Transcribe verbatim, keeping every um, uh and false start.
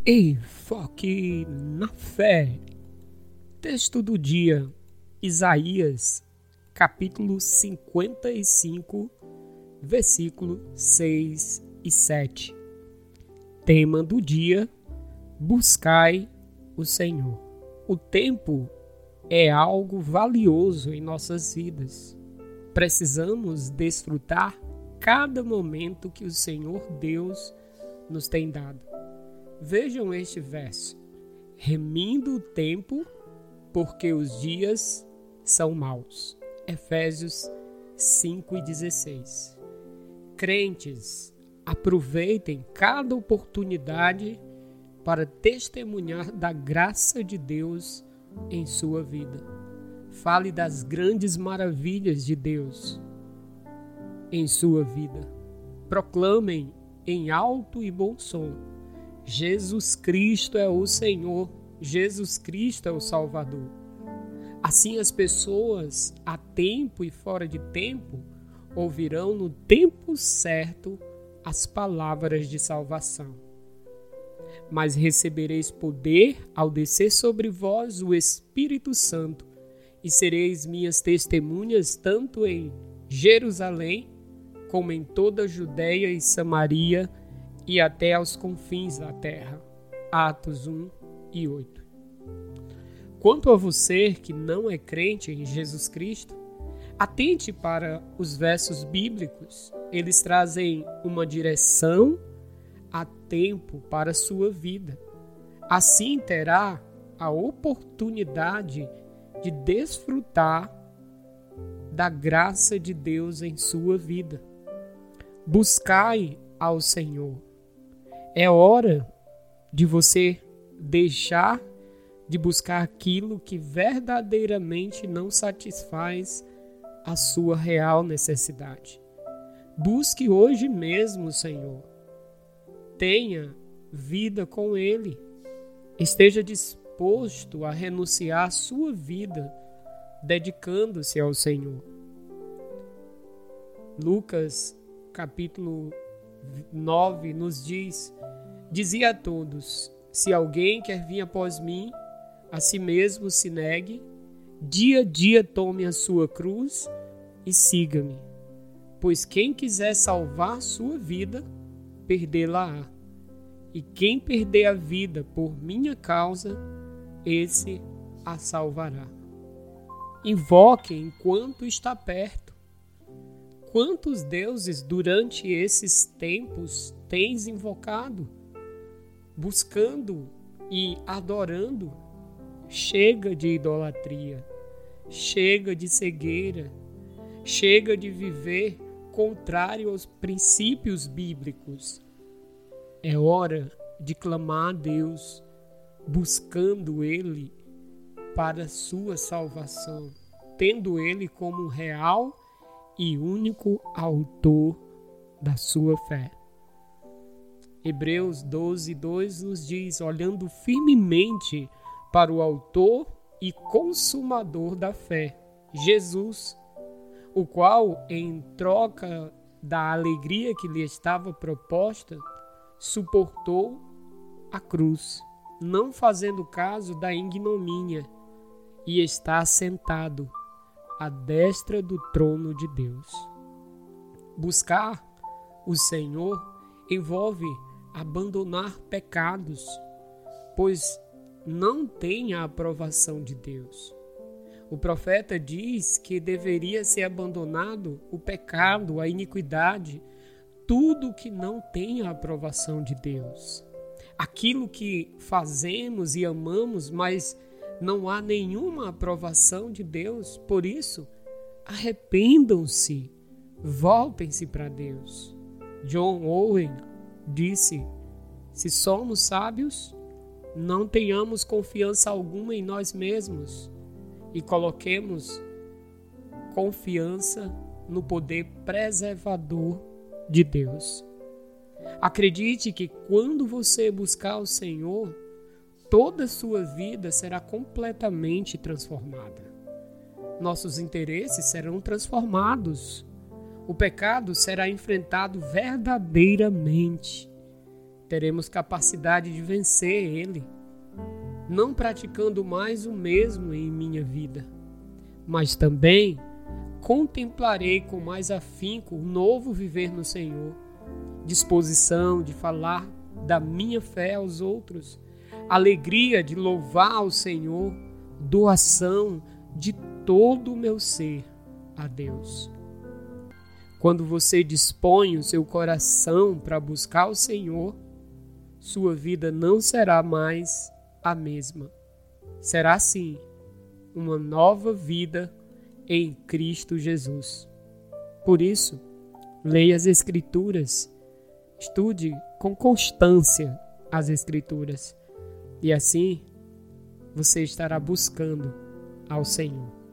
Enfoque na fé. Texto do dia, Isaías, capítulo cinquenta e cinco, versículo seis e sete. Tema do dia: buscai o Senhor. O tempo é algo valioso em nossas vidas. Precisamos desfrutar cada momento que o Senhor Deus nos tem dado. Vejam este verso: remindo o tempo, porque os dias são maus. Efésios cinco e dezesseis. Crentes, aproveitem cada oportunidade para testemunhar da graça de Deus em sua vida. Fale das grandes maravilhas de Deus em sua vida. Proclamem em alto e bom som: Jesus Cristo é o Senhor, Jesus Cristo é o Salvador. Assim as pessoas, a tempo e fora de tempo, ouvirão no tempo certo as palavras de salvação. Mas recebereis poder ao descer sobre vós o Espírito Santo, e sereis minhas testemunhas tanto em Jerusalém, como em toda a Judeia e Samaria, e até aos confins da terra. Atos um e oito. Quanto a você que não é crente em Jesus Cristo, atente para os versos bíblicos. Eles trazem uma direção a tempo para a sua vida. Assim terá a oportunidade de desfrutar da graça de Deus em sua vida. Buscai ao Senhor. É hora de você deixar de buscar aquilo que verdadeiramente não satisfaz a sua real necessidade. Busque hoje mesmo o Senhor. Tenha vida com Ele. Esteja disposto a renunciar à sua vida, dedicando-se ao Senhor. Lucas, capítulo nove, nos diz: dizia a todos: se alguém quer vir após mim, a si mesmo se negue, dia a dia tome a sua cruz e siga-me. Pois quem quiser salvar sua vida, perdê-la-á. E quem perder a vida por minha causa, esse a salvará. Invoque enquanto está perto. Quantos deuses durante esses tempos tens invocado, buscando e adorando? Chega de idolatria, chega de cegueira, chega de viver contrário aos princípios bíblicos. É hora de clamar a Deus, buscando Ele para a sua salvação, tendo Ele como real e único autor da sua fé. Hebreus doze, dois nos diz: olhando firmemente para o autor e consumador da fé, Jesus, o qual, em troca da alegria que lhe estava proposta, suportou a cruz, não fazendo caso da ignomínia, e está sentado à destra do trono de Deus. Buscar o Senhor envolve abandonar pecados, pois não tem a aprovação de Deus. O profeta diz que deveria ser abandonado o pecado, a iniquidade, tudo que não tem a aprovação de Deus. Aquilo que fazemos e amamos, mas não há nenhuma aprovação de Deus. Por isso, arrependam-se, voltem-se para Deus. John Owen disse: se somos sábios, não tenhamos confiança alguma em nós mesmos e coloquemos confiança no poder preservador de Deus. Acredite que quando você buscar o Senhor, toda a sua vida será completamente transformada. Nossos interesses serão transformados. O pecado será enfrentado verdadeiramente. teremos capacidade de vencer ele, não praticando mais o mesmo em minha vida, mas também contemplarei com mais afinco o novo viver no Senhor, disposição de falar da minha fé aos outros, alegria de louvar ao Senhor, doação de todo o meu ser a Deus. Quando você dispõe o seu coração para buscar o Senhor, sua vida não será mais a mesma. Será sim uma nova vida em Cristo Jesus. Por isso, leia as Escrituras, estude com constância as Escrituras, e assim você estará buscando ao Senhor.